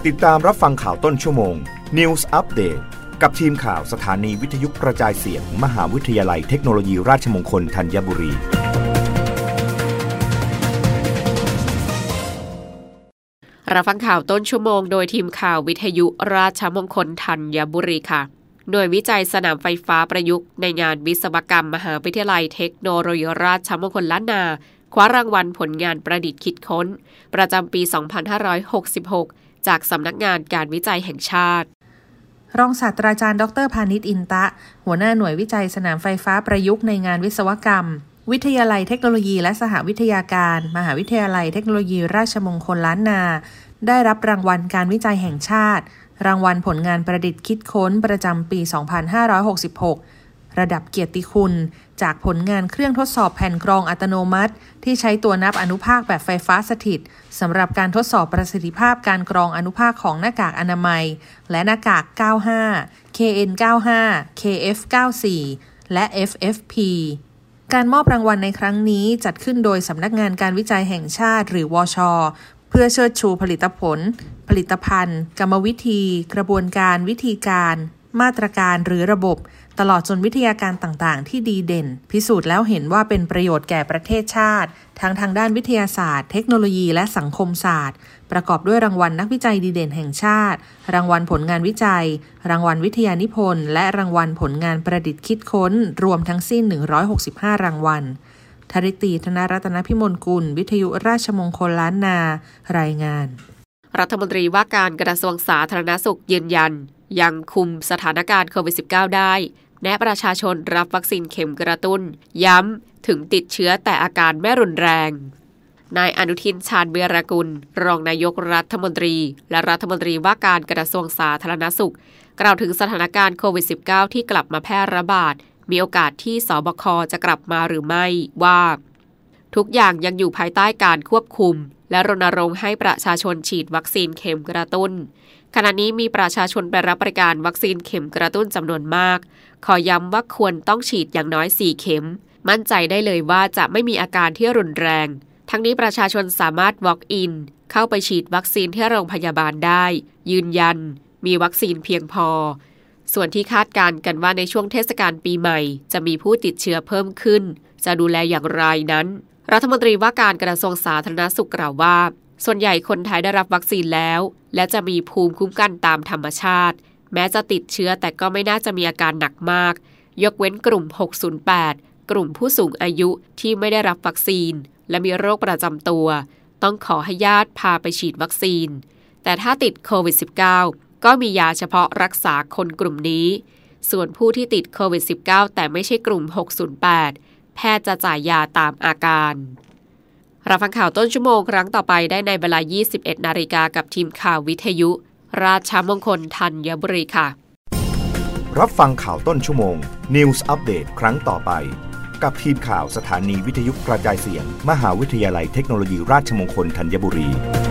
ติดตามรับฟังข่าวต้นชั่วโมง News Update กับทีมข่าวสถานีวิทยุกระจายเสียง มหาวิทยาลัยเทคโนโลยีราชมงคลธัญบุรีรับฟังข่าวต้นชั่วโมงโดยทีมข่าววิทยุราชมงคลธัญบุรีค่ะหน่วยวิจัยสนามไฟฟ้าประยุกต์ในงานวิศวกรรมมหาวิทยาลัยเทคโนโลยีราชมงคลล้านนาคว้ารางวัลผลงานประดิษฐ์คิดค้นประจำปี 2566 จากสำนักงานการวิจัยแห่งชาติรองศาสตราจารย์ดร.พานิชอินตะหัวหน้าหน่วยวิจัยสนามไฟฟ้าประยุกต์ในงานวิศวกรรมวิทยาลัยเทคโนโลยีและสหวิทยาการมหาวิทยาลัยเทคโนโลยีราชมงคลล้านนาได้รับรางวัลการวิจัยแห่งชาติรางวัลผลงานประดิษฐ์คิดค้นประจำปี 2566 ระดับเกียรติคุณจากผลงานเครื่องทดสอบแผ่นกรองอัตโนมัติที่ใช้ตัวนับอนุภาคแบบไฟฟ้าสถิตสำหรับการทดสอบประสิทธิภาพการกรองอนุภาคของหน้ากากอนามัยและหน้ากาก 95 KN95 KF94 และ FFP การมอบรางวัลในครั้งนี้จัดขึ้นโดยสำนักงานการวิจัยแห่งชาติหรือวช.เพื่อเชิดชูผลิตผลผลิตภัณฑ์กรรมวิธีกระบวนการวิธีการมาตรการหรือระบบตลอดจนวิทยาการต่างๆที่ดีเด่นพิสูจน์แล้วเห็นว่าเป็นประโยชน์แก่ประเทศชาติทั้งทางด้านวิทยาศาสตร์เทคโนโลยีและสังคมศาสตร์ประกอบด้วยรางวัลนักวิจัยดีเด่นแห่งชาติรางวัลผลงานวิจัยรางวัลวิทยานิพนธ์และรางวัลผลงานประดิษฐ์คิดค้นรวมทั้งสิ้น165รางวัลธริตี ธนรัตนพิมลกุลวิทยุราชมงคลล้านนารายงานรัฐมนตรีว่าการกระทรวงสาธารณสุขยืนยันยังคุมสถานการณ์โควิด -19 ได้แนะประชาชนรับวัคซีนเข็มกระตุ้นย้ำถึงติดเชื้อแต่อาการไม่รุนแรงนายอนุทิน ชาญวีรกุลรองนายกรัฐมนตรีและรัฐมนตรีว่าการกระทรวงสาธารณสุขกล่าวถึงสถานการณ์โควิด -19 ที่กลับมาแพร่ระบาดมีโอกาสที่สบคจะกลับมาหรือไม่ว่าทุกอย่างยังอยู่ภายใต้การควบคุมและรณรงค์ให้ประชาชนฉีดวัคซีนเข็มกระตุ้นขณะนี้มีประชาชนไปรับบริการวัคซีนเข็มกระตุ้นจำนวนมากขอย้ำว่าควรต้องฉีดอย่างน้อย4เข็มมั่นใจได้เลยว่าจะไม่มีอาการที่รุนแรงทั้งนี้ประชาชนสามารถ walk in เข้าไปฉีดวัคซีนที่โรงพยาบาลได้ยืนยันมีวัคซีนเพียงพอส่วนที่คาดการณ์กันว่าในช่วงเทศกาลปีใหม่จะมีผู้ติดเชื้อเพิ่มขึ้นจะดูแลอย่างไรนั้นรัฐมนตรีว่าการกระทรวงสาธารณสุขกล่าวว่าส่วนใหญ่คนไทยได้รับวัคซีนแล้วและจะมีภูมิคุ้มกันตามธรรมชาติแม้จะติดเชื้อแต่ก็ไม่น่าจะมีอาการหนักมากยกเว้นกลุ่ม608กลุ่มผู้สูงอายุที่ไม่ได้รับวัคซีนและมีโรคประจำตัวต้องขอให้ญาติพาไปฉีดวัคซีนแต่ถ้าติดโควิด -19 ก็มียาเฉพาะรักษาคนกลุ่มนี้ส่วนผู้ที่ติดโควิด -19 แต่ไม่ใช่กลุ่ม608แพทย์จะจ่ายยาตามอาการรับฟังข่าวต้นชั่วโมงครั้งต่อไปได้ในเวลา 21:00 น.กับทีมข่าววิทยุราชมงคลธัญบุรีค่ะรับฟังข่าวต้นชั่วโมง News Update ครั้งต่อไปกับทีมข่าวสถานีวิทยุกระจายเสียงมหาวิทยาลัยเทคโนโลยีราชมงคลธัญบุรี